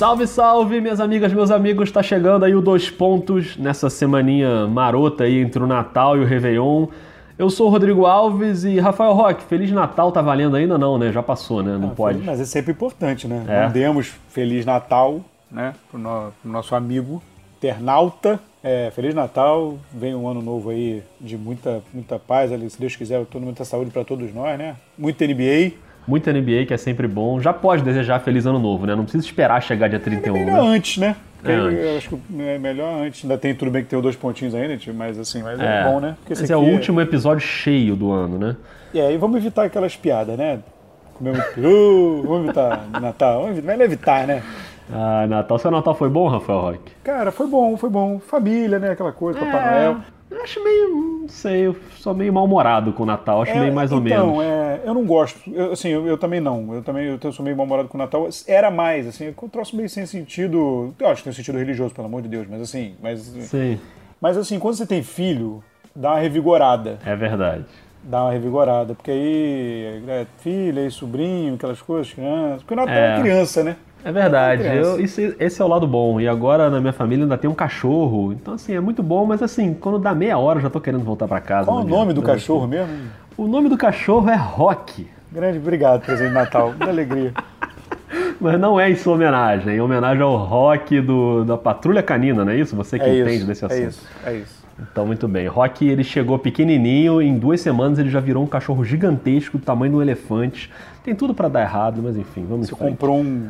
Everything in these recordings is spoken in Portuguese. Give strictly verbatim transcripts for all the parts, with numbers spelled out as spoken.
Salve, salve, minhas amigas, meus amigos, tá chegando aí o Dois Pontos nessa semaninha marota aí entre o Natal e o Réveillon. Eu sou o Rodrigo Alves e Rafael Roque, Feliz Natal tá valendo ainda não, né? Já passou, né? Não ah, pode. Mas é sempre importante, né? É. Mandemos Feliz Natal, né? Pro, no, pro nosso amigo internauta. É, Feliz Natal, vem um ano novo aí de muita, muita paz, ali, se Deus quiser, todo muita saúde para todos nós, né? Muita N B A. Muita N B A, que é sempre bom. Já pode desejar Feliz Ano Novo, né? Não precisa esperar chegar dia trinta e um, é melhor né? antes, né? É eu, antes. eu acho que é melhor antes. Ainda tem tudo bem que tem dois pontinhos ainda, mas assim, mas é, é bom, né? Porque esse é o último é... episódio cheio do ano, né? E aí vamos evitar aquelas piadas, né? Comer muito peru, vamos evitar Natal, vamos evitar, melhor evitar, né? Ah, Natal. Seu Natal foi bom, Rafael Roque? Cara, foi bom, foi bom. Família, né? Aquela coisa, é, Papai Noel. Eu acho meio, não sei, eu sou meio mal-humorado com o Natal, acho é, meio mais ou então, menos. É, eu não gosto, eu, assim, eu, eu também não, eu também eu sou meio mal-humorado com o Natal, era mais, assim, eu troço meio sem sentido, eu acho que tem um sentido religioso, pelo amor de Deus, mas assim, mas, Sim. mas assim, quando você tem filho, dá uma revigorada. É verdade. Dá uma revigorada, porque aí é filha, aí sobrinho, aquelas coisas, criança, porque o Natal é, é criança, né? É verdade, eu, isso, esse é o lado bom. E agora na minha família ainda tem um cachorro. Então assim, é muito bom, mas assim, quando dá meia hora eu já tô querendo voltar pra casa. Qual o nome do cachorro mesmo? O nome do cachorro é Rock. Grande obrigado, presente de Natal, muita alegria. Mas não é em sua homenagem, é em homenagem ao Rock do, da Patrulha Canina, não é isso? Você que é entende isso, desse assunto. É isso, é isso. Então, muito bem. Rock, ele chegou pequenininho, em duas semanas ele já virou um cachorro gigantesco, do tamanho de um elefante. Tem tudo pra dar errado, mas enfim, vamos Você comprou um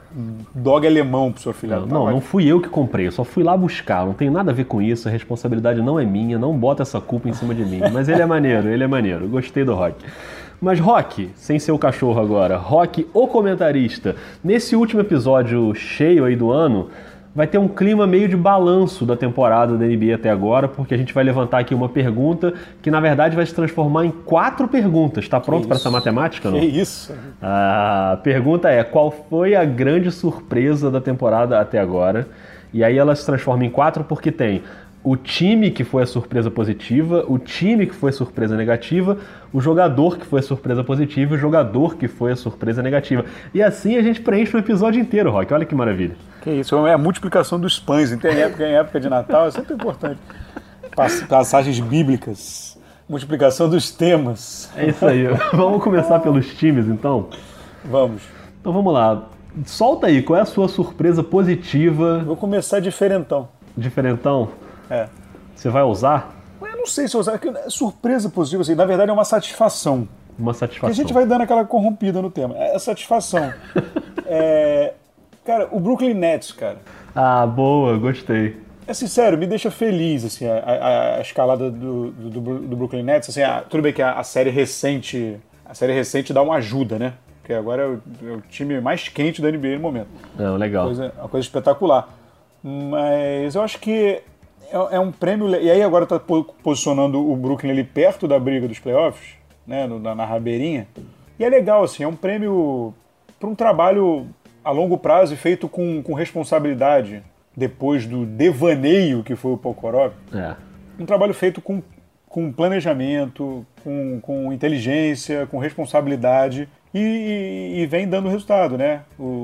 dog alemão pro seu filho? Não, não, não fui eu que comprei, eu só fui lá buscar, não tem nada a ver com isso, a responsabilidade não é minha, não bota essa culpa em cima de mim. Mas ele é maneiro, ele é maneiro, gostei do Rock. Mas Rock, sem ser o cachorro agora, Rock, o comentarista, nesse último episódio cheio aí do ano, vai ter um clima meio de balanço da temporada da N B A até agora, porque a gente vai levantar aqui uma pergunta que, na verdade, vai se transformar em quatro perguntas. Tá pronto para essa matemática, não? Que isso? A pergunta é, qual foi a grande surpresa da temporada até agora? E aí ela se transforma em quatro porque tem o time que foi a surpresa positiva, o time que foi a surpresa negativa, o jogador que foi a surpresa positiva e o jogador que foi a surpresa negativa. E assim a gente preenche o episódio inteiro, Rock. Olha que maravilha. Que isso, é a multiplicação dos pães. Em época, em época de Natal é sempre importante. Passagens bíblicas, multiplicação dos temas. É isso aí. Vamos começar pelos times, então? Vamos. Então vamos lá. Solta aí, qual é a sua surpresa positiva? Vou começar diferentão. Diferentão? É. Você vai usar? Eu não sei se eu usar. Surpresa positiva, assim, na verdade é uma satisfação. Uma satisfação. Porque a gente vai dando aquela corrompida no tema. É a satisfação. é... Cara, o Brooklyn Nets, cara. Ah, boa, gostei. É sincero, me deixa feliz, assim, a, a, a escalada do, do, do Brooklyn Nets. Assim, a, tudo bem que a, a série recente, a série recente dá uma ajuda, né? Porque agora é o, é o time mais quente da N B A no momento. Não, legal. Coisa, uma coisa espetacular. Mas eu acho que é, é um prêmio... E aí agora tá posicionando o Brooklyn ali perto da briga dos playoffs, né? No, na, na rabeirinha. E é legal, assim, é um prêmio para um trabalho a longo prazo e feito com, com responsabilidade, depois do devaneio que foi o Prokhorov. É. Um trabalho feito com, com planejamento, com, com inteligência, com responsabilidade e, e vem dando resultado, né?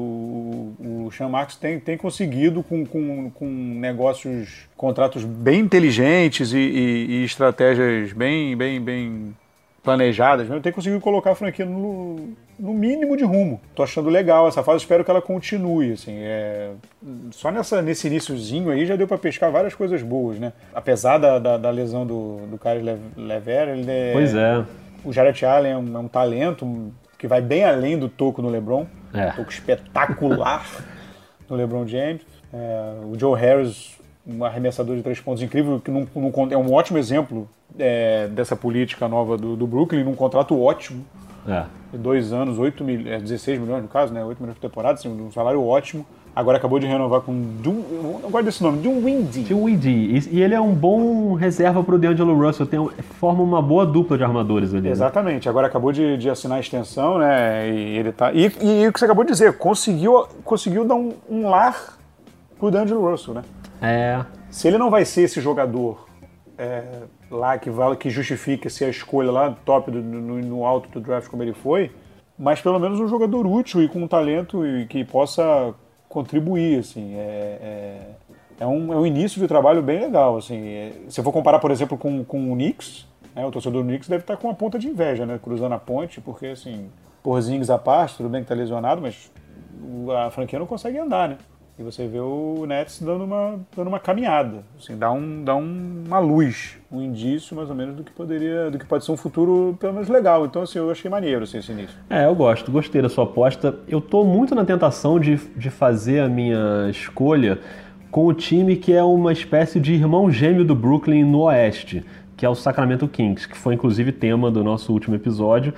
O, o Sean Marks tem, tem conseguido com, com, com negócios, contratos bem inteligentes e, e, e estratégias bem, bem, bem planejadas, mesmo, tem conseguido colocar a franquia no, no mínimo de rumo. Tô achando legal essa fase, espero que ela continue. Assim, é... Só nessa, nesse iniciozinho aí já deu para pescar várias coisas boas, né? Apesar da, da, da lesão do, do Caris Lever, ele é... Pois é. O Jarrett Allen é um, é um talento que vai bem além do toco no LeBron. É. Um toco espetacular no LeBron James. É, o Joe Harris, um arremessador de três pontos incrível, que não, não, é um ótimo exemplo é, dessa política nova do, do Brooklyn, num contrato ótimo. É. De dois anos, oito mil, é, dezesseis milhões no caso, né? oito milhões por temporada, assim, um salário ótimo. Agora acabou de renovar com Dun, eu gosto desse nome, Dinwiddie. Dinwiddie. E ele é um bom reserva para o D'Angelo Russell, tem, forma uma boa dupla de armadores ali. Exatamente. Né? Agora acabou de, de assinar a extensão, né? E ele tá. E, e, e o que você acabou de dizer, conseguiu, conseguiu dar um, um lar pro D'Angelo Russell, né? É. Se ele não vai ser esse jogador é, lá que, vale, que justifica ser a escolha lá top do, no, no alto do draft como ele foi, mas pelo menos um jogador útil e com um talento e que possa contribuir, assim, é, é, é, um, é um início de trabalho bem legal, assim, é, se eu for comparar, por exemplo, com, com o Knicks, né, o torcedor do Knicks deve estar com uma ponta de inveja, né, cruzando a ponte, porque, assim, Porzingis à parte, tudo bem que tá lesionado, mas a franquia não consegue andar, né, e você vê o Nets dando uma, dando uma caminhada, assim, dá, um, dá um, uma luz, um indício mais ou menos do que poderia, do que pode ser um futuro pelo menos legal. Então, assim, eu achei maneiro assim, esse início. É, eu gosto, gostei da sua aposta. Eu tô muito na tentação de, de fazer a minha escolha com o time que é uma espécie de irmão gêmeo do Brooklyn no Oeste, que é o Sacramento Kings, que foi inclusive tema do nosso último episódio.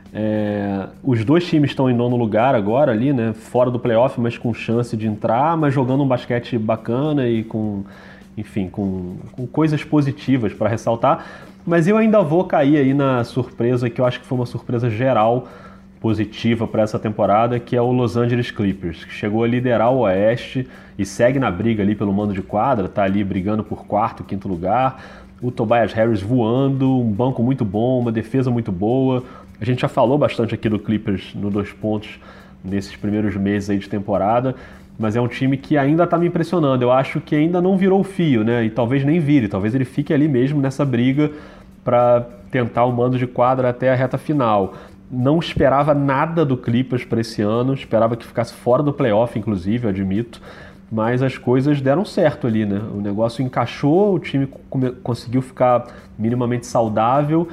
É, os dois times estão em nono lugar agora ali, né, fora do playoff, mas com chance de entrar, mas jogando um basquete bacana e com, enfim, com, com coisas positivas para ressaltar. Mas eu ainda vou cair aí na surpresa, que eu acho que foi uma surpresa geral positiva para essa temporada, que é o Los Angeles Clippers, que chegou a liderar o Oeste e segue na briga ali pelo mando de quadra, tá ali brigando por quarto, quinto lugar. O Tobias Harris voando, um banco muito bom, uma defesa muito boa. A gente já falou bastante aqui do Clippers no Dois Pontos nesses primeiros meses aí de temporada, mas é um time que ainda está me impressionando. Eu acho que ainda não virou o fio, né? E talvez nem vire, talvez ele fique ali mesmo nessa briga para tentar o mando de quadra até a reta final. Não esperava nada do Clippers para esse ano, esperava que ficasse fora do playoff, inclusive, eu admito, mas as coisas deram certo ali, né? O negócio encaixou, o time conseguiu ficar minimamente saudável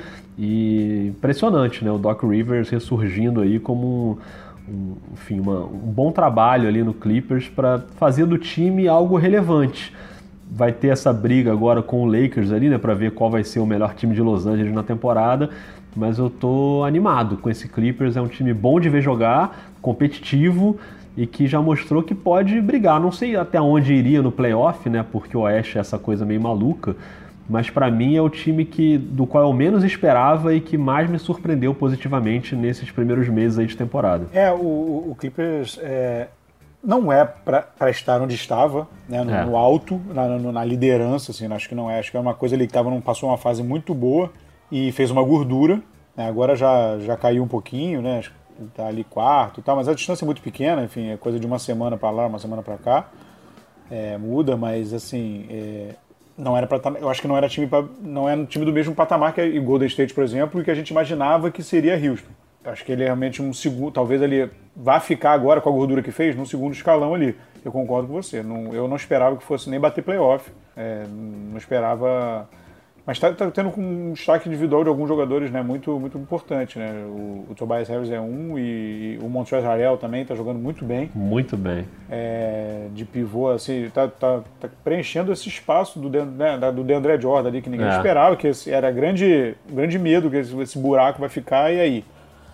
e impressionante, né? O Doc Rivers ressurgindo aí como um, um, enfim, uma, um bom trabalho ali no Clippers para fazer do time algo relevante. Vai ter essa briga agora com o Lakers ali, né? Para ver qual vai ser o melhor time de Los Angeles na temporada, mas eu tô animado com esse Clippers, é um time bom de ver jogar, competitivo, e que já mostrou que pode brigar. Não sei até onde iria no playoff, né? Porque o Oeste é essa coisa meio maluca, mas para mim é o time que, do qual eu menos esperava e que mais me surpreendeu positivamente nesses primeiros meses aí de temporada. É, o, o Clippers é, não é para estar onde estava, né? No, é. no alto, na, na liderança, assim, acho que não é. Acho que é uma coisa ali que tava, passou uma fase muito boa e fez uma gordura, né? Agora já, já caiu um pouquinho, né? Acho tá ali quarto e tal, mas a distância é muito pequena, enfim, é coisa de uma semana para lá, uma semana para cá, é, muda, mas assim, é, não era para, eu acho que não era time pra, não era um time do mesmo patamar que o Golden State, por exemplo, e que a gente imaginava que seria Houston. Eu acho que ele é realmente um segundo, talvez ele vá ficar agora com a gordura que fez, num segundo escalão ali. Eu concordo com você, não, eu não esperava que fosse nem bater playoff, é, não esperava. Mas está tá tendo um destaque individual de alguns jogadores, né, muito, muito importante, né? O, o Tobias Harris é um e, e o Montrezl Harrell também está jogando muito bem. Muito bem. É, de pivô, assim, está tá, tá preenchendo esse espaço do, né, do DeAndre Jordan ali, que ninguém é. esperava, que esse, era grande, grande medo que esse, esse buraco vai ficar, e aí?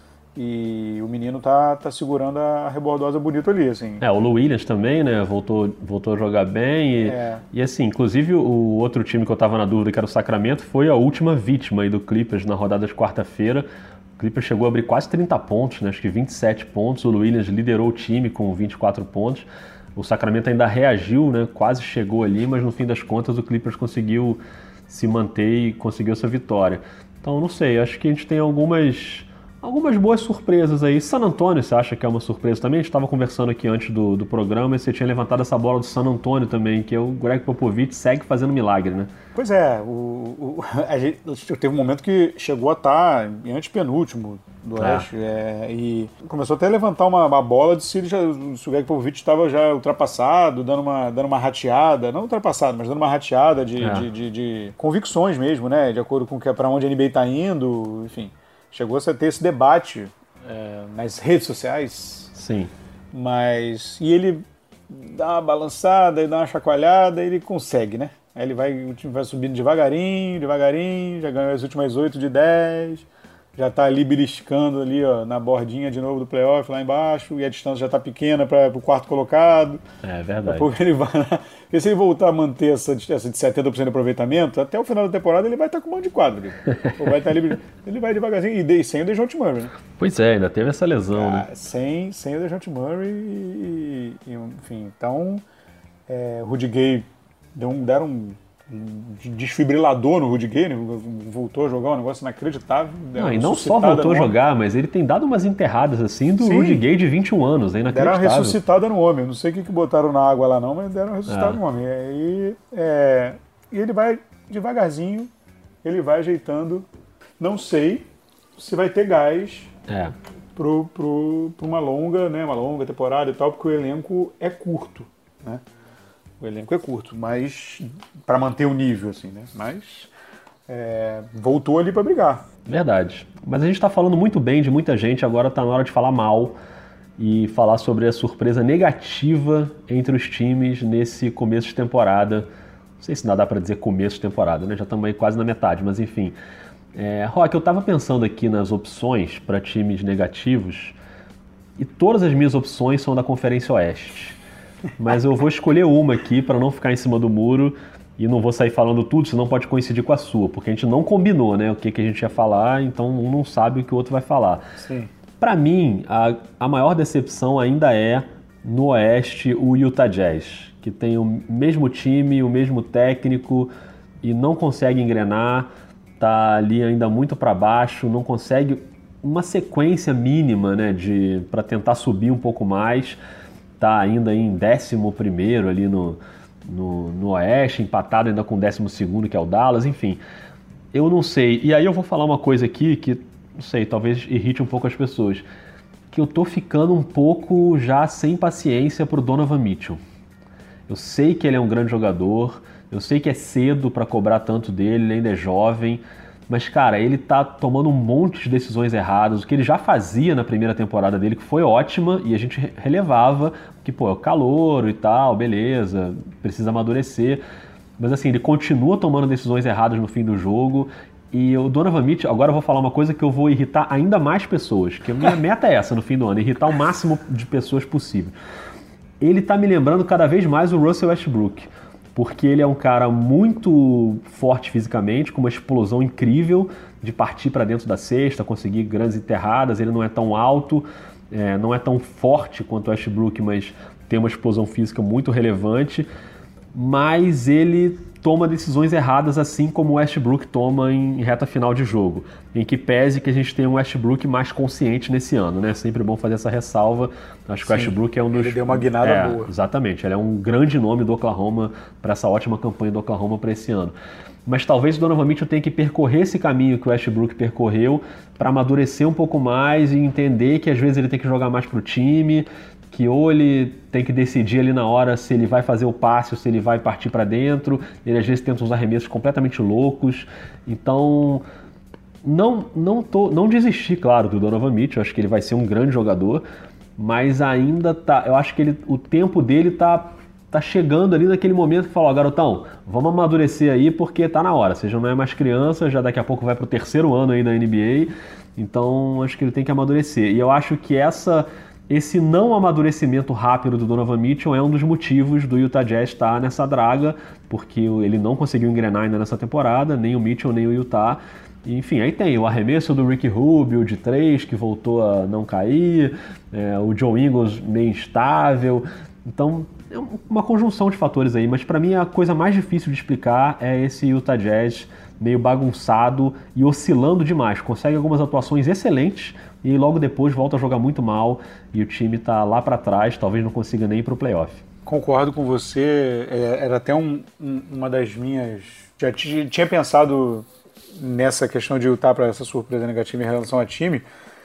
E o menino tá, tá segurando a rebordosa bonito ali, assim. É, o Lou Williams também, né, voltou, voltou a jogar bem e, é. e assim, inclusive o outro time que eu tava na dúvida, que era o Sacramento, foi a última vítima aí do Clippers na rodada de quarta-feira. O Clippers chegou a abrir quase trinta pontos, né, acho que vinte e sete pontos, o Lou Williams liderou o time com vinte e quatro pontos. O Sacramento ainda reagiu, né, quase chegou ali, mas no fim das contas o Clippers conseguiu se manter e conseguiu essa vitória. Então, não sei, acho que a gente tem algumas... Algumas boas surpresas aí. San Antonio, você acha que é uma surpresa também? A gente estava conversando aqui antes do, do programa e você tinha levantado essa bola do San Antonio também, que é o Greg Popovich segue fazendo milagre, né? Pois é, o, o, a gente, teve um momento que chegou a estar em antepenúltimo do Oeste, é. É, e começou até a levantar uma, uma bola de se, ele já, se o Greg Popovich estava já ultrapassado, dando uma, dando uma rateada, não ultrapassado, mas dando uma rateada de, é. de, de, de convicções mesmo, né? De acordo com que, para onde a N B A está indo, enfim. Chegou a ter esse debate é, nas redes sociais. Sim. Mas... E ele dá uma balançada e dá uma chacoalhada e ele consegue, né? Aí ele vai, o time vai subindo devagarinho, devagarinho, já ganhou as últimas oito de dez, já tá ali beliscando ali, ó, na bordinha de novo do playoff, lá embaixo, e a distância já tá pequena para o quarto colocado. É verdade. Depois ele vai lá. Porque se ele voltar a manter essa, essa de setenta por cento de aproveitamento, até o final da temporada ele vai estar com um monte de quadro. Ou vai estar ali, ele vai devagarzinho, e de, sem o DeJounte Murray, né? Pois é, ainda teve essa lesão, ah, né? Sem, sem o DeJounte Murray, e, e, enfim, então, é, o Rudy Gay deu um, deram um um desfibrilador no Rudy Gay, voltou a jogar um negócio inacreditável. Não, e não só voltou a jogar, mas ele tem dado umas enterradas assim do Sim. Rudy Gay de vinte e um anos, é inacreditável. Deram uma ressuscitada no homem, não sei o que, que botaram na água lá não, mas deram uma ressuscitada é. no homem. E, aí, é, e ele vai devagarzinho, ele vai ajeitando, não sei se vai ter gás é. pro, pro, pro uma longa, né, uma longa temporada e tal, porque o elenco é curto, né? O elenco é curto, mas para manter o nível, assim, né? Mas é, voltou ali para brigar. Verdade. Mas a gente está falando muito bem de muita gente, agora está na hora de falar mal e falar sobre a surpresa negativa entre os times nesse começo de temporada. Não sei se dá para dizer começo de temporada, né? Já estamos aí quase na metade, mas enfim. É, Rock, eu estava pensando aqui nas opções para times negativos e todas as minhas opções são da Conferência Oeste. Mas eu vou escolher uma aqui para não ficar em cima do muro e não vou sair falando tudo, senão pode coincidir com a sua, porque a gente não combinou, né, o que, que a gente ia falar, então um não sabe o que o outro vai falar. Sim. Para mim, a, a maior decepção ainda é no Oeste o Utah Jazz, que tem o mesmo time, o mesmo técnico e não consegue engrenar, tá ali ainda muito para baixo, não consegue uma sequência mínima, né, de para tentar subir um pouco mais. Está ainda em décimo primeiro ali no, no, no Oeste, empatado ainda com o décimo segundo, que é o Dallas, enfim. Eu não sei. E aí eu vou falar uma coisa aqui que, não sei, talvez irrite um pouco as pessoas. Que eu tô ficando um pouco já sem paciência pro Donovan Mitchell. Eu sei que ele é um grande jogador, eu sei que é cedo para cobrar tanto dele, ele ainda é jovem, mas, cara, ele tá tomando um monte de decisões erradas, o que ele já fazia na primeira temporada dele, que foi ótima, e a gente relevava, que, pô, é o calouro e tal, beleza, precisa amadurecer, mas, assim, ele continua tomando decisões erradas no fim do jogo, e o Donovan Mitchell, agora eu vou falar uma coisa que eu vou irritar ainda mais pessoas, que a minha meta é essa no fim do ano, irritar o máximo de pessoas possível. Ele tá me lembrando cada vez mais o Russell Westbrook, porque ele é um cara muito forte fisicamente, com uma explosão incrível de partir para dentro da cesta, conseguir grandes enterradas, ele não é tão alto, é, não é tão forte quanto o Westbrook, mas tem uma explosão física muito relevante, mas ele toma decisões erradas assim como o Westbrook toma em reta final de jogo, em que pese que a gente tenha um Westbrook mais consciente nesse ano, né? Sempre bom fazer essa ressalva. Acho que Sim, o Westbrook é um dos... Ele deu uma guinada é, boa. Exatamente, ele é um grande nome do Oklahoma para essa ótima campanha do Oklahoma para esse ano. Mas talvez o Donovan Mitchell tenha que percorrer esse caminho que o Westbrook percorreu para amadurecer um pouco mais e entender que às vezes ele tem que jogar mais para o time, que ou ele tem que decidir ali na hora se ele vai fazer o passe ou se ele vai partir para dentro, ele às vezes tenta uns arremessos completamente loucos, então não, não, tô, não desisti, claro, do Donovan Mitchell, acho que ele vai ser um grande jogador, mas ainda tá, eu acho que ele, o tempo dele tá, tá chegando ali naquele momento que fala, ó, garotão, vamos amadurecer aí porque tá na hora, você já não é mais criança, já daqui a pouco vai pro terceiro ano aí da N B A, então acho que ele tem que amadurecer, e eu acho que essa... Esse não amadurecimento rápido do Donovan Mitchell é um dos motivos do Utah Jazz estar nessa draga, porque ele não conseguiu engrenar ainda nessa temporada, nem o Mitchell, nem o Utah. E, enfim, aí tem o arremesso do Ricky Rubio de três, que voltou a não cair, é, o Joe Ingles meio instável. Então, é uma conjunção de fatores aí, mas para mim a coisa mais difícil de explicar é esse Utah Jazz meio bagunçado e oscilando demais. Consegue algumas atuações excelentes, e logo depois volta a jogar muito mal e o time está lá para trás, talvez não consiga nem ir para o playoff. Concordo com você, era até um, um, uma das minhas... Já tinha pensado nessa questão de lutar para essa surpresa negativa em relação ao time,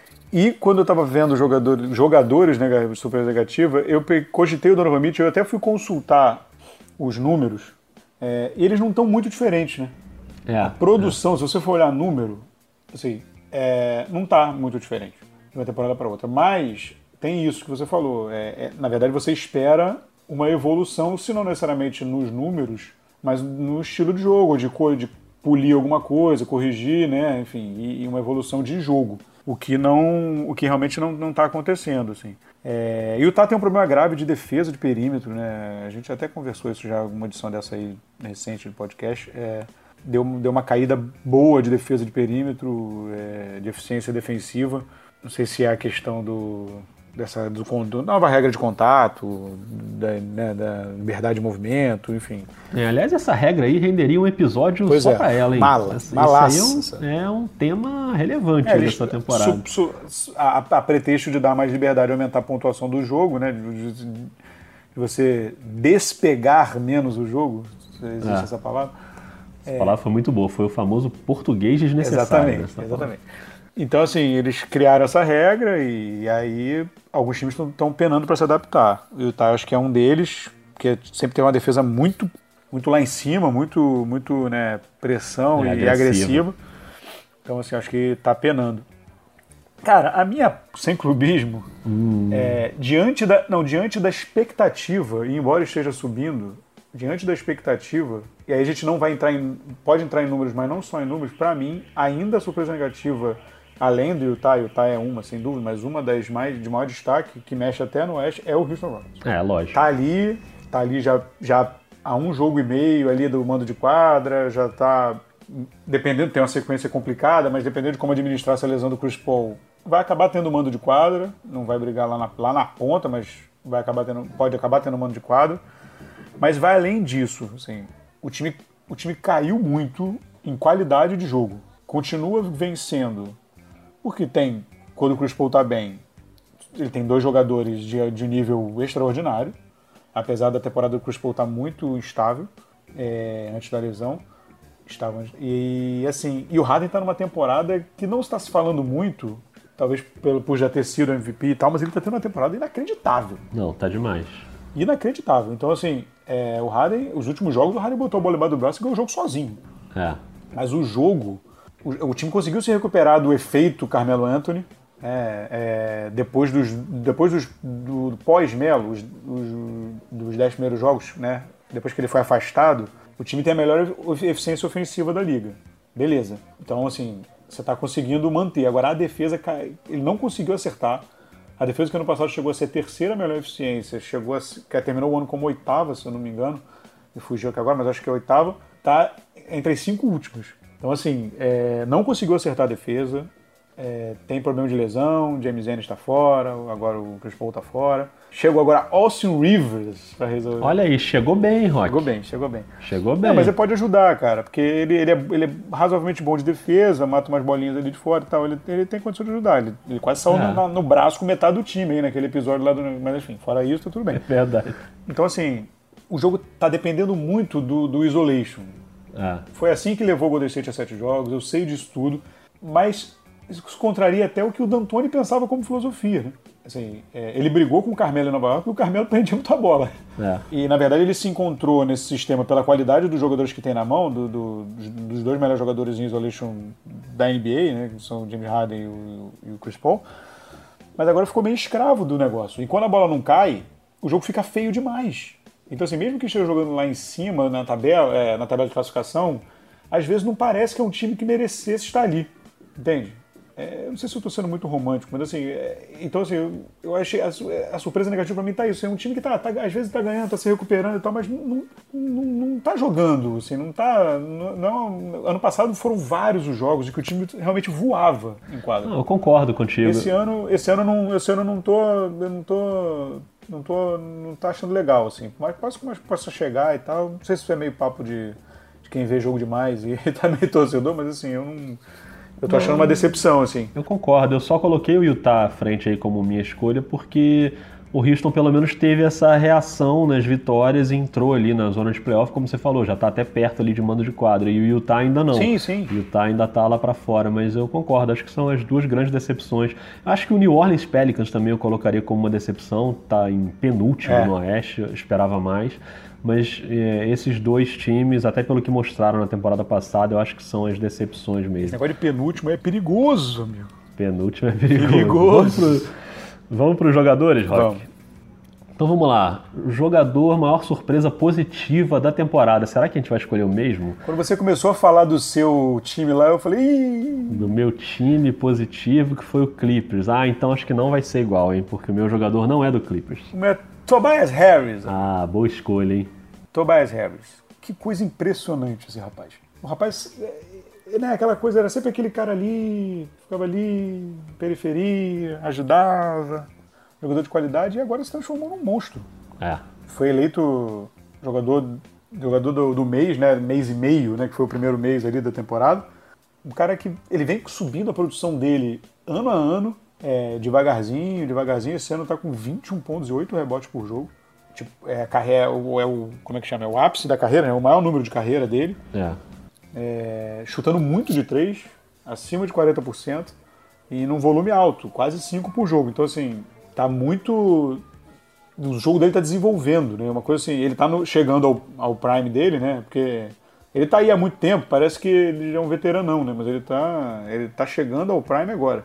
e quando eu estava vendo jogadores, jogadores né, de surpresa negativa, eu cogitei o Donovan Mitchell, eu até fui consultar os números, é, e eles não estão muito diferentes, né? É, a produção, é. Se você for olhar número, assim... É, não está muito diferente de uma temporada para outra, mas tem isso que você falou, é, é, na verdade você espera uma evolução, se não necessariamente nos números, mas no estilo de jogo, de, de polir alguma coisa, corrigir, né, enfim, e, e uma evolução de jogo, o que, não, o que realmente não está acontecendo. Assim. É, e o Utah tem um problema grave de defesa de perímetro, né, a gente até conversou isso já, uma edição dessa aí recente do podcast, é, Deu, deu uma caída boa de defesa de perímetro, é, de eficiência defensiva. Não sei se é a questão do, dessa do, do, nova regra de contato, da, né, da liberdade de movimento, enfim. É, aliás, essa regra aí renderia um episódio pois só é, para ela, hein? Mala, Esse, malaça. Isso aí é um, é um tema relevante é, dessa temporada. Su, su, a, a pretexto de dar mais liberdade e aumentar a pontuação do jogo, né? De, de, de você despegar menos o jogo, se existe é. essa palavra. Essa é, palavra foi muito boa, foi o famoso português desnecessário. Exatamente, exatamente. Então, assim, eles criaram essa regra e, e aí alguns times estão penando para se adaptar. O Utah, acho que é um deles, porque sempre tem uma defesa muito, muito lá em cima, muito, muito né, pressão é, e agressiva. Então, assim, acho que está penando. Cara, a minha, sem clubismo, hum. é, diante, da, não, diante da expectativa, e embora esteja subindo, diante da expectativa, e aí a gente não vai entrar em, pode entrar em números, mas não só em números, para mim, ainda a surpresa negativa, além do Utah, Utah é uma, sem dúvida, mas uma das mais, de maior destaque, que mexe até no Oeste, é o Houston Rockets. É, lógico. Tá ali, tá ali já, já há um jogo e meio ali do mando de quadra, já tá, dependendo, tem uma sequência complicada, mas dependendo de como administrar essa lesão do Chris Paul, vai acabar tendo mando de quadra, não vai brigar lá na, lá na ponta, mas vai acabar tendo, pode acabar tendo mando de quadra. Mas vai além disso, assim, o time, o time caiu muito em qualidade de jogo. Continua vencendo, porque tem, quando o Chris Paul tá bem, ele tem dois jogadores de, de nível extraordinário, apesar da temporada do Chris Paul estar tá muito instável, é, antes da lesão. Estava, e assim, e o Harden está numa temporada que não está se falando muito, talvez pelo, por já ter sido M V P e tal, mas ele está tendo uma temporada inacreditável. Não, tá demais. Inacreditável. Então, assim, é, o Harden, os últimos jogos, o Harden botou a bola embaixo do braço e ganhou o jogo sozinho. É. Mas o jogo, o, o time conseguiu se recuperar do efeito Carmelo Anthony, é, é, depois dos, depois dos, do, do pós-Melo, os, os, dos dez primeiros jogos, né? Depois que ele foi afastado, o time tem a melhor eficiência ofensiva da liga. Beleza. Então, assim, você está conseguindo manter. Agora, a defesa, ele não conseguiu acertar. A defesa que ano passado chegou a ser a terceira melhor eficiência, chegou a, que terminou o ano como oitava, se eu não me engano, me fugiu aqui agora, mas acho que é oitava, tá entre as cinco últimas. Então, assim, é, não conseguiu acertar a defesa, é, tem problema de lesão, James Ennis está fora, agora o Chris Paul está fora. Chegou agora Austin Rivers para resolver. Olha aí, chegou bem, Rock. Chegou bem, chegou bem. Chegou bem. É, mas ele pode ajudar, cara, porque ele, ele, é, ele é razoavelmente bom de defesa, mata umas bolinhas ali de fora e tal, ele, ele tem condição de ajudar. Ele, ele quase saiu é. no, no braço com metade do time aí, naquele episódio lá do... Mas enfim, fora isso, tá tudo bem. É verdade. Então, assim, o jogo tá dependendo muito do, do isolation. É. Foi assim que levou o Golden State a sete jogos, eu sei disso tudo, mas isso contraria até o que o D'Antoni pensava como filosofia, né? Assim, é, ele brigou com o Carmelo em Nova York porque o Carmelo prendia muita bola. É. E, na verdade, ele se encontrou nesse sistema pela qualidade dos jogadores que tem na mão, do, do, dos dois melhores jogadores em isolation da N B A, né, que são o James Harden e o, e o Chris Paul. Mas agora ficou meio escravo do negócio. E quando a bola não cai, o jogo fica feio demais. Então, assim, mesmo que esteja jogando lá em cima, na tabela, é, na tabela de classificação, às vezes não parece que é um time que merecesse estar ali. Entende? É, eu não sei se eu estou sendo muito romântico, mas assim, é, então assim, eu, eu achei, a, a surpresa negativa para mim tá isso, é um time que tá, tá, às vezes tá ganhando, tá se recuperando e tal, mas não, não, não tá jogando, assim, não tá, não, não, ano passado foram vários os jogos em que o time realmente voava em quadra. Não, eu concordo contigo. Esse ano, esse ano não, esse ano eu não tô, eu não tô, não tô, não tá achando legal, assim, mas quase como possa chegar e tal, não sei se isso é meio papo de, de quem vê jogo demais e tá meio torcedor, mas assim, eu não... Eu tô achando uma decepção, assim. Eu concordo, eu só coloquei o Utah à frente aí como minha escolha porque o Houston pelo menos teve essa reação nas vitórias e entrou ali na zona de playoff, como você falou, já tá até perto ali de mando de quadra, e o Utah ainda não. Sim, sim. O Utah ainda tá lá pra fora, mas eu concordo, acho que são as duas grandes decepções. Acho que o New Orleans Pelicans também eu colocaria como uma decepção, tá em penúltimo é. no Oeste, eu esperava mais. Mas é, esses dois times, até pelo que mostraram na temporada passada, eu acho que são as decepções mesmo. Esse negócio de penúltimo é perigoso, amigo. Penúltimo é perigoso. Perigoso. Vamos para os jogadores, Rock? Vamos. Então vamos lá. Jogador, maior surpresa positiva da temporada. Será que a gente vai escolher o mesmo? Quando você começou a falar do seu time lá, eu falei... Ih! Do meu time positivo, que foi o Clippers. Ah, então acho que não vai ser igual, hein? Porque o meu jogador não é do Clippers. O meu é Tobias Harris. Ah, boa escolha, hein? Tobias Harris. Que coisa impressionante esse rapaz. O rapaz, é, né, aquela coisa, era sempre aquele cara ali, ficava ali, periferia, ajudava. jogador de qualidade, e agora se transformou num monstro. É. Foi eleito jogador, jogador do, do mês, né? Mês e meio, né? Que foi o primeiro mês ali da temporada. Um cara que ele vem subindo a produção dele ano a ano, é, devagarzinho, devagarzinho. Esse ano tá com vinte e um pontos e oito rebotes por jogo. Tipo, é a carreira, é o, é o, como é que chama? É o ápice da carreira, né? O maior número de carreira dele. É. É, chutando muito de três, acima de quarenta por cento, e num volume alto, quase cinco por jogo. Então, assim, tá muito... O jogo dele tá desenvolvendo, né? Uma coisa assim, ele tá no, chegando ao, ao prime dele, né? Porque ele tá aí há muito tempo, parece que ele já é um veteranão, né? Mas ele tá, ele tá chegando ao prime agora.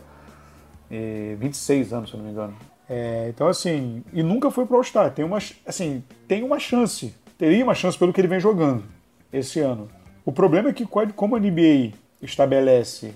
E vinte e seis anos, se eu não me engano. É, então, assim, e nunca foi pro All-Star. Tem uma, assim, tem uma chance, teria uma chance pelo que ele vem jogando esse ano. O problema é que, como a N B A estabelece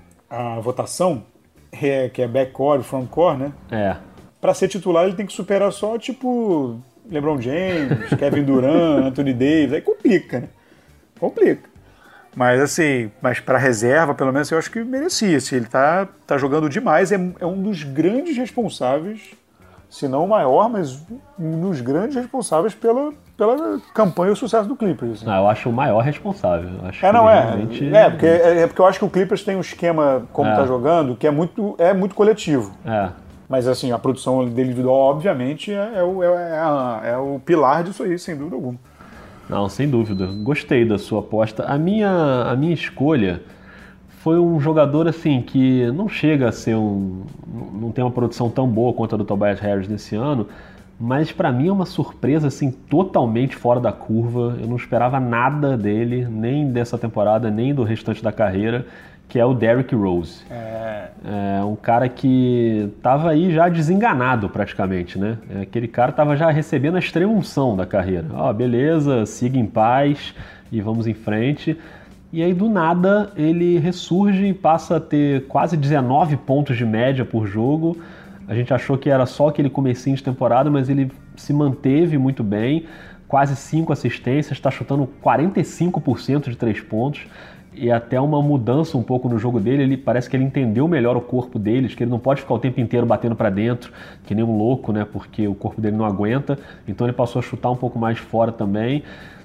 a votação, é, que é backcourt, frontcourt, né? É. Pra ser titular, ele tem que superar só, tipo, LeBron James, Kevin Durant, Anthony Davis. Aí complica, né? Complica. Mas, assim, mas pra reserva, pelo menos, eu acho que merecia. Se ele tá, tá jogando demais, é, é um dos grandes responsáveis, se não o maior, mas um dos grandes responsáveis pela, pela campanha e o sucesso do Clippers. Assim. Não, eu acho o maior responsável. Acho é, não que é. realmente... É porque, é, é porque eu acho que o Clippers tem um esquema, como é. tá jogando, que é muito, é muito coletivo. É. Mas, assim, a produção dele individual, obviamente, é, é, o, é, a, é o pilar disso aí, sem dúvida alguma. Não, sem dúvida. Gostei da sua aposta. A minha, a minha escolha foi um jogador assim que não chega a ser um... não tem uma produção tão boa quanto a do Tobias Harris nesse ano, mas para mim é uma surpresa assim totalmente fora da curva. Eu não esperava nada dele, nem dessa temporada, nem do restante da carreira, que é o Derrick Rose. É... é um cara que estava aí já desenganado praticamente, né? Aquele cara estava já recebendo a extrema unção da carreira. Ó, oh, beleza, siga em paz e vamos em frente. E aí do nada ele ressurge e passa a ter quase dezenove pontos de média por jogo. A gente achou que era só aquele comecinho de temporada, mas ele se manteve muito bem. Quase cinco assistências, está chutando quarenta e cinco por cento de três pontos. E até uma mudança um pouco no jogo dele, ele parece que ele entendeu melhor o corpo dele, que ele não pode ficar o tempo inteiro batendo para dentro, que nem um louco, né? Porque o corpo dele não aguenta. Então ele passou a chutar um pouco mais fora também.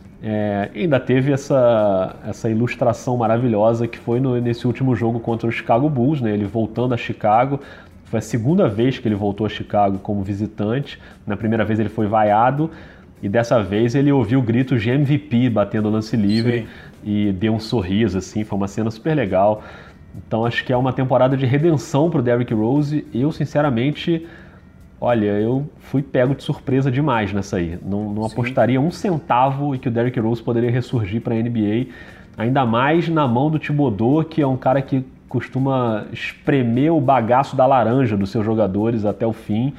É, ainda teve essa, essa ilustração maravilhosa que foi no, nesse último jogo contra o Chicago Bulls, né? Ele voltando a Chicago. Foi a segunda vez que ele voltou a Chicago como visitante. Na primeira vez ele foi vaiado. E dessa vez ele ouviu gritos de M V P batendo lance livre. Sim. E deu um sorriso, assim, foi uma cena super legal. Então acho que é uma temporada de redenção pro Derrick Rose. Eu, sinceramente, olha, eu fui pego de surpresa demais nessa aí. Não, não apostaria um centavo em que o Derrick Rose poderia ressurgir para a N B A. Ainda mais na mão do Thibodeau, que é um cara que costuma espremer o bagaço da laranja dos seus jogadores até o fim.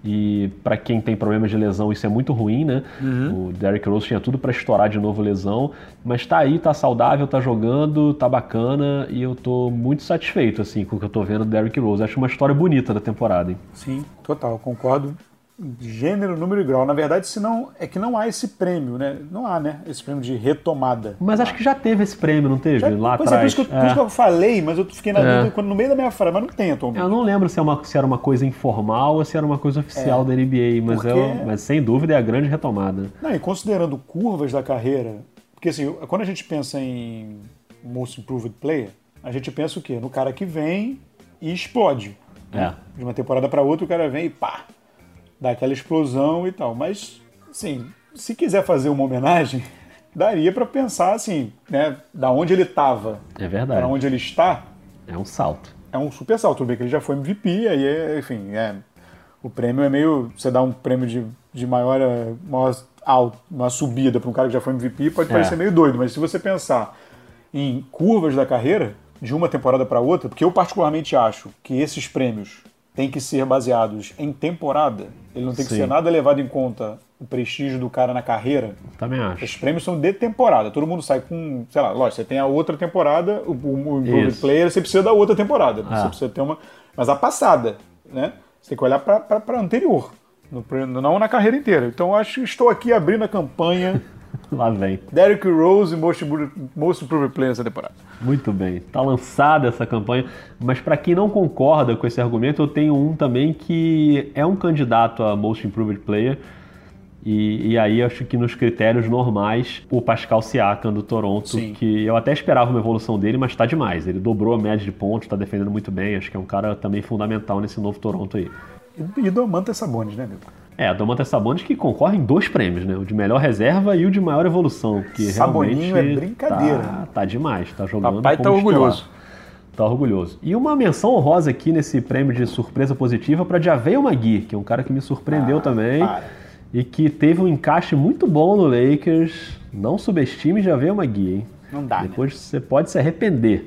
E para quem tem problemas de lesão, isso é muito ruim, né? Uhum. O Derrick Rose tinha tudo para estourar de novo lesão, mas tá aí, tá saudável, tá jogando, tá bacana, e eu tô muito satisfeito assim com o que eu tô vendo do Derrick Rose. Acho uma história bonita da temporada, hein? Sim, total, concordo. Gênero, número e grau. Na verdade, se não, é que não há esse prêmio, né? Não há, né? Esse prêmio de retomada. Mas acho que já teve esse prêmio, não teve? Já, lá pois atrás. É, por isso, que eu, é. por isso que eu falei, mas eu fiquei na é. dúvida quando, no meio da minha frase, mas não tem atualmente. Eu não lembro se, é uma, se era uma coisa informal ou se era uma coisa oficial é. da N B A, mas, porque... é, mas sem dúvida é a grande retomada. Não, e considerando curvas da carreira, porque assim, quando a gente pensa em Most Improved Player, a gente pensa o quê? No cara que vem e explode. Né? É. De uma temporada para outra, o cara vem e pá, dá aquela explosão e tal. Mas, assim, se quiser fazer uma homenagem, daria para pensar, assim, né, da onde ele estava é verdade. para onde ele está. É um salto. É um super salto. Tudo bem que ele já foi M V P, aí, é, enfim, é, o prêmio é meio... Você dá um prêmio de, de maior, maior alto, uma subida para um cara que já foi M V P, pode é. parecer meio doido, mas se você pensar em curvas da carreira, de uma temporada para outra, porque eu particularmente acho que esses prêmios têm que ser baseados em temporada, ele não tem que Sim. ser nada levado em conta o prestígio do cara na carreira. Também acho. Esses prêmios são de temporada, todo mundo sai com, sei lá, lógico, você tem a outra temporada, o, o Improved Player, você precisa da outra temporada, ah. você precisa ter uma, mas a passada, né? Você tem que olhar para a anterior, no, não na carreira inteira. Então eu acho que estou aqui abrindo a campanha Lá vem. Derrick Rose, Most, most Improved Player essa temporada. Muito bem. Tá lançada essa campanha. Mas para quem não concorda com esse argumento, eu tenho um também que é um candidato a Most Improved Player. E, e aí acho que nos critérios normais, o Pascal Siakam do Toronto, Sim. que eu até esperava uma evolução dele, mas tá demais. Ele dobrou a média de pontos, tá defendendo muito bem. Acho que é um cara também fundamental nesse novo Toronto aí. E Domantas Sabonis, né, meu? É, Domantas Sabonis que concorre em dois prêmios, né? O de melhor reserva e o de maior evolução. Que Saboninho realmente é brincadeira. Tá, tá demais, tá jogando. Papai tá orgulhoso. Tá orgulhoso. E uma menção honrosa aqui nesse prêmio de surpresa positiva para JaVale McGee, que é um cara que me surpreendeu ah, também. Para. E que teve um encaixe muito bom no Lakers. Não subestime JaVale McGee, hein? Não dá, Depois né? Você pode se arrepender.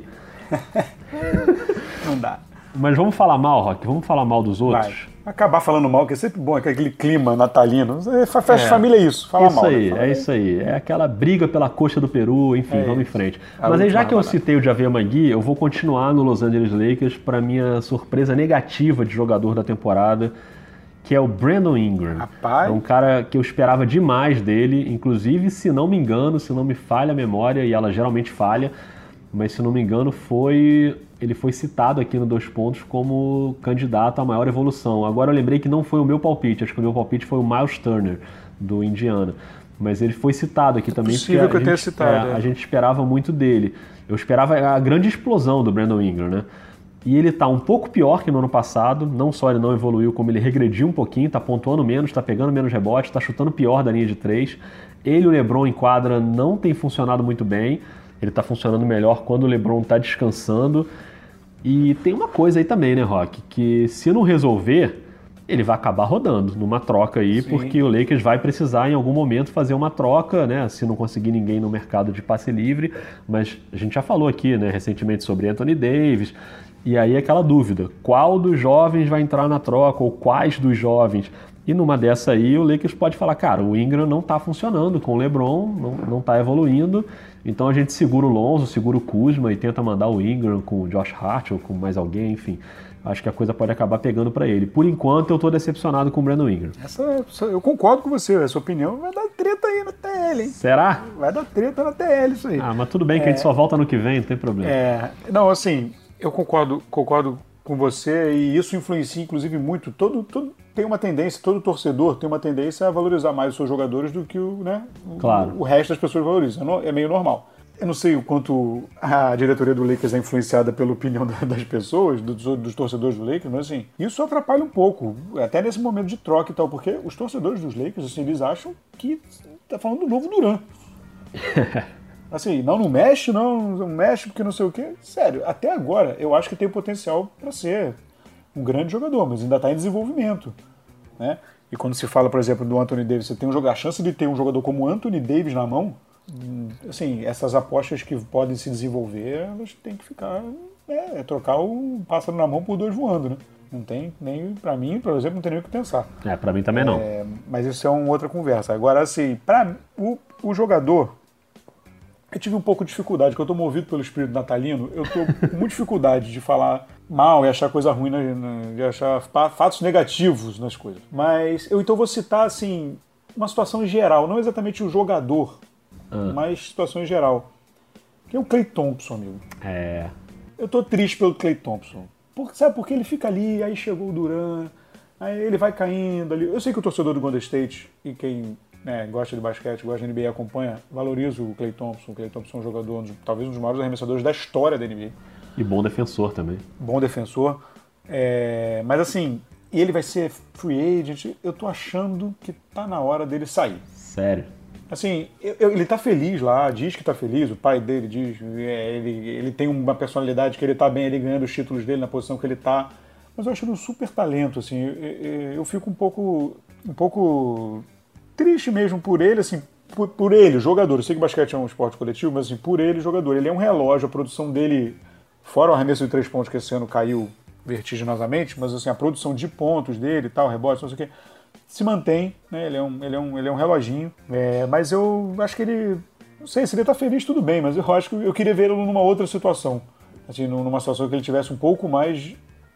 Não dá. Mas vamos falar mal, Rock. Vamos falar mal dos outros. Vai. Acabar falando mal, que é sempre bom, aquele clima natalino. Festa é, família é isso, fala isso mal. Aí, né? É isso aí, é aquela briga pela coxa do Peru, enfim, é vamos isso. em frente. A Mas aí, já que eu citei o JaVale McGee, eu vou continuar no Los Angeles Lakers para minha surpresa negativa de jogador da temporada, que é o Brandon Ingram. Rapaz. É um cara que eu esperava demais dele, inclusive, se não me engano, se não me falha a memória, e ela geralmente falha, mas se não me engano foi... ele foi citado aqui no Dois Pontos como candidato à maior evolução. Agora eu lembrei que não foi o meu palpite, acho que o meu palpite foi o Miles Turner, do Indiana. Mas ele foi citado aqui também. É possível que eu gente, tenha citado. É, é. A gente esperava muito dele. Eu esperava a grande explosão do Brandon Ingram, né? E ele tá um pouco pior que no ano passado, não só ele não evoluiu, como ele regrediu um pouquinho, tá pontuando menos, tá pegando menos rebote, tá chutando pior da linha de três. Ele e o LeBron em quadra não tem funcionado muito bem, ele tá funcionando melhor quando o LeBron tá descansando. E tem uma coisa aí também, né, Rock, que se não resolver, ele vai acabar rodando numa troca aí, Sim. porque o Lakers vai precisar em algum momento fazer uma troca, né, se não conseguir ninguém no mercado de passe livre, mas a gente já falou aqui, né, recentemente sobre Anthony Davis, e aí aquela dúvida, qual dos jovens vai entrar na troca, ou quais dos jovens? E numa dessa aí, o Lakers pode falar, cara, o Ingram não tá funcionando com o LeBron, não, não tá evoluindo, então a gente segura o Lonzo, segura o Kuzma e tenta mandar o Ingram com o Josh Hart ou com mais alguém, enfim. Acho que a coisa pode acabar pegando para ele. Por enquanto, eu tô decepcionado com o Brandon Ingram. Essa, eu concordo com você, essa opinião vai dar treta aí na T L, hein? Será? Vai dar treta na T L isso aí. Ah, mas tudo bem que é, a gente só volta no que vem, não tem problema. É, não, assim, eu concordo, concordo com você e isso influencia, inclusive, muito. Todo, todo tem uma tendência, todo torcedor tem uma tendência a valorizar mais os seus jogadores do que o, né, claro. o, o resto das pessoas valorizam. É meio normal. Eu não sei o quanto a diretoria do Lakers é influenciada pela opinião das pessoas, dos, dos torcedores do Lakers, mas assim, isso atrapalha um pouco, até nesse momento de troca e tal, porque os torcedores dos Lakers, assim, eles acham que tá falando do novo Durant. Assim, não, não mexe, não, não mexe porque não sei o quê. Sério, até agora eu acho que tem potencial para ser um grande jogador, mas ainda está em desenvolvimento, né? E quando se fala, por exemplo, do Anthony Davis, você tem um jogo, a chance de ter um jogador como o Anthony Davis na mão, assim, essas apostas que podem se desenvolver, elas têm que ficar, é, é trocar o pássaro na mão por dois voando, né? Não tem nem, pra mim, por exemplo, não tem nem o que pensar. É, pra mim também não. É, mas isso é uma outra conversa. Agora, assim, pra o, o jogador, eu tive um pouco de dificuldade, porque eu tô movido pelo espírito natalino, eu tô com muita dificuldade de falar mal e achar coisa ruim, de achar fatos negativos nas coisas. Mas eu então vou citar, assim, uma situação em geral, não exatamente o jogador, Ah. mas situação em geral. Que é o Klay Thompson, amigo. É. Eu tô triste pelo Klay Thompson. Por, sabe, porque ele fica ali, aí chegou o Durant, aí ele vai caindo ali. Eu sei que o torcedor do Golden State, e quem né, gosta de basquete, gosta da N B A e acompanha, valoriza o Klay Thompson. O Klay Thompson é um jogador, um dos, talvez um dos maiores arremessadores da história da N B A. E bom defensor também. Bom defensor. É, mas assim, ele vai ser free agent, eu tô achando que tá na hora dele sair. Sério? Assim, eu, eu, ele tá feliz lá, diz que tá feliz, o pai dele diz, é, ele, ele tem uma personalidade que ele tá bem, ele ganhando os títulos dele na posição que ele tá, mas eu acho ele um super talento, assim, eu, eu, eu fico um pouco, um pouco triste mesmo por ele, assim, por, por ele, jogador, eu sei que basquete é um esporte coletivo, mas assim, por ele, jogador, ele é um relógio, a produção dele, fora o arremesso de três pontos que esse ano caiu vertiginosamente, mas assim, a produção de pontos dele e tal, rebotes, não sei o que, se mantém, né? Ele é um, ele é um, ele é um reloginho, é, mas eu acho que ele, não sei, se ele tá feliz tudo bem, mas eu acho que eu queria ver ele numa outra situação, assim, numa situação que ele tivesse um pouco mais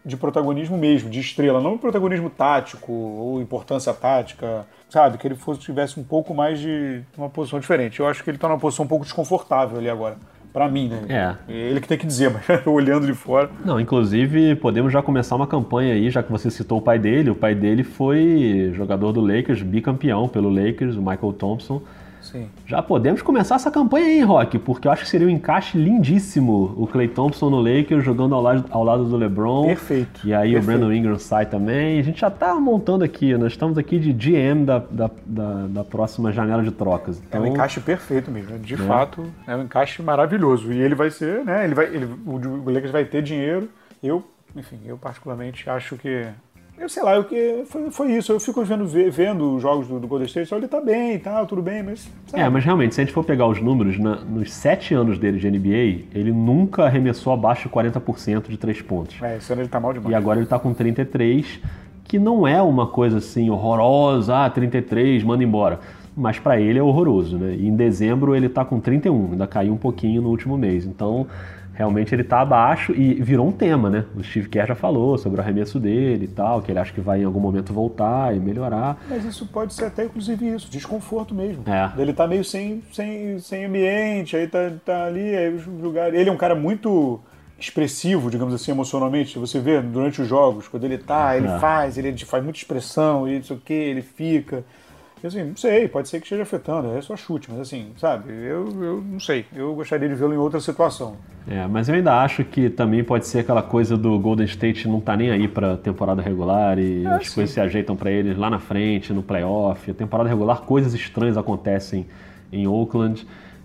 de protagonismo mesmo, de estrela, não protagonismo tático ou importância tática, sabe? Que ele fosse, tivesse um pouco mais de uma posição diferente. Eu acho que ele está numa posição um pouco desconfortável ali agora. Pra mim, né? É. Ele que tem que dizer, mas olhando de fora. Não, inclusive, podemos já começar uma campanha aí, já que você citou o pai dele. O pai dele foi jogador do Lakers, bicampeão pelo Lakers, o Michael Thompson. Sim. Já podemos começar essa campanha aí, Rock, porque eu acho que seria um encaixe lindíssimo o Klay Thompson no Lakers jogando ao lado, ao lado do LeBron. Perfeito. E aí Perfeito. o Brandon Ingram sai também. A gente já tá montando aqui, nós estamos aqui de G M da, da, da, da próxima janela de trocas. Então, é um encaixe perfeito mesmo, de é. fato, é um encaixe maravilhoso. E ele vai ser, né, ele vai, ele, o Lakers vai ter dinheiro. Eu, enfim, eu particularmente acho que... Eu sei lá, eu, foi, foi isso. Eu fico vendo, vendo os jogos do, do Golden State, só ele tá bem e tal, tudo bem, mas... Sabe? É, mas realmente, se a gente for pegar os números, na, nos sete anos dele de N B A, ele nunca arremessou abaixo de quarenta por cento de três pontos. É, esse ano ele tá mal demais. E agora ele tá com trinta e três, que não é uma coisa assim horrorosa, ah, trinta e três, manda embora. Mas pra ele é horroroso, né? E em dezembro ele tá com trinta e um, ainda caiu um pouquinho no último mês. Então... Realmente ele tá abaixo e virou um tema, né? O Steve Kerr já falou sobre o arremesso dele e tal, que ele acha que vai em algum momento voltar e melhorar. Mas isso pode ser até, inclusive, isso, desconforto mesmo. É. Ele tá meio sem, sem, sem ambiente, aí tá, tá ali, aí os lugares... Ele é um cara muito expressivo, digamos assim, emocionalmente. Você vê durante os jogos, quando ele tá, ele é. faz, ele faz muita expressão, e não sei o que, ele fica... Eu, assim, não sei, pode ser que esteja afetando, é só chute, mas assim, sabe, eu, eu não sei, eu gostaria de vê-lo em outra situação. É, mas eu ainda acho que também pode ser aquela coisa do Golden State não tá nem aí pra temporada regular e é, as sim. coisas se ajeitam pra eles lá na frente, no playoff. A temporada regular, coisas estranhas acontecem em Oakland,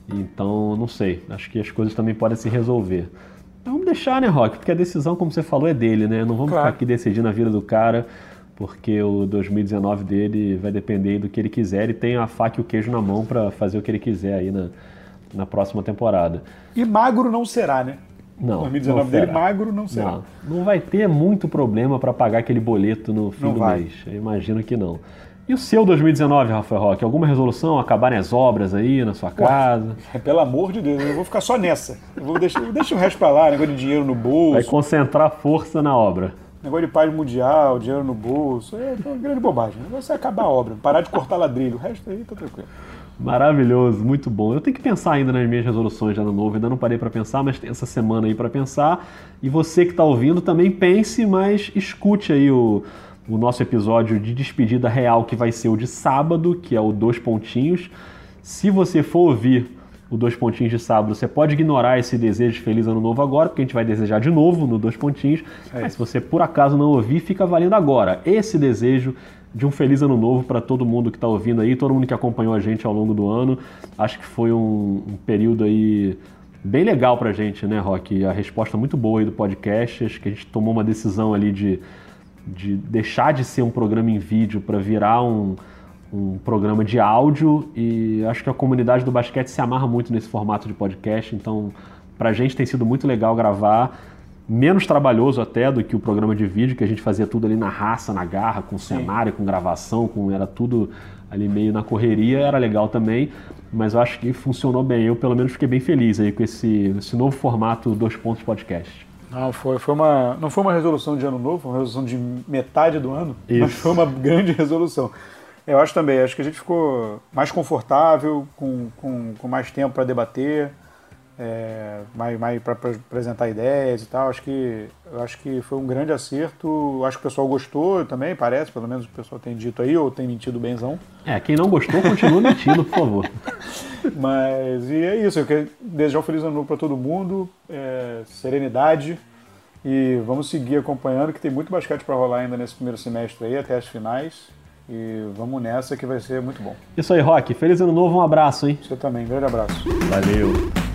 então não sei, acho que as coisas também podem se resolver. Então, vamos deixar, né, Rock, porque a decisão, como você falou, é dele, né, não vamos claro. ficar aqui decidindo a vida do cara, porque o dois mil e dezenove dele vai depender do que ele quiser e tem a faca e o queijo na mão para fazer o que ele quiser aí na, na próxima temporada. E magro não será, né? Não. dois mil e dezenove não dele, será. magro não será. Não, não vai ter muito problema para pagar aquele boleto no fim não do vai. mês. Eu imagino que não. E o seu dois mil e dezenove, Rafael Roque? Alguma resolução? Acabarem as obras aí na sua casa? Ué, pelo amor de Deus, eu vou ficar só nessa. Eu vou deixar, deixa o resto para lá, negócio de dinheiro no bolso. Vai concentrar força na obra. Negócio de paz mundial, dinheiro no bolso, é uma grande bobagem. Você acabar a obra, parar de cortar ladrilho, o resto aí tá tranquilo. Maravilhoso, muito bom. Eu tenho que pensar ainda nas minhas resoluções de ano novo, ainda não parei para pensar, mas tem essa semana aí para pensar. E você que está ouvindo também pense, mas escute aí o, o nosso episódio de despedida real, que vai ser o de sábado, que é o Dois Pontinhos. Se você for ouvir o Dois Pontinhos de sábado, você pode ignorar esse desejo de Feliz Ano Novo agora, porque a gente vai desejar de novo no Dois Pontinhos, é mas se você por acaso não ouvir, fica valendo agora esse desejo de um Feliz Ano Novo para todo mundo que está ouvindo aí, todo mundo que acompanhou a gente ao longo do ano. Acho que foi um, um período aí bem legal pra gente, né, Roque? A resposta muito boa aí do podcast, acho que a gente tomou uma decisão ali de, de deixar de ser um programa em vídeo para virar um um programa de áudio e acho que a comunidade do basquete se amarra muito nesse formato de podcast, então pra gente tem sido muito legal gravar, menos trabalhoso até do que o programa de vídeo, que a gente fazia tudo ali na raça, na garra, com cenário, com gravação, com, era tudo ali meio na correria, era legal também, mas eu acho que funcionou bem, eu pelo menos fiquei bem feliz aí com esse, esse novo formato Dois Pontos Podcast. Não, foi, foi uma, não foi uma resolução de ano novo, foi uma resolução de metade do ano, Isso. Mas foi uma grande resolução. Eu acho também, acho que a gente ficou mais confortável, com, com, com mais tempo para debater, é, mais, mais para apresentar ideias e tal. Acho que, eu acho que foi um grande acerto. Acho que o pessoal gostou também, parece, pelo menos o pessoal tem dito aí, ou tem mentido benzão. É, quem não gostou, continua mentindo, por favor. Mas, e é isso, eu quero desejar um feliz ano novo para todo mundo, é, serenidade, e vamos seguir acompanhando, que tem muito basquete para rolar ainda nesse primeiro semestre aí, até as finais. E vamos nessa que vai ser muito bom. Isso aí, Roque. Feliz ano novo, um abraço, hein? Você também, grande abraço. Valeu.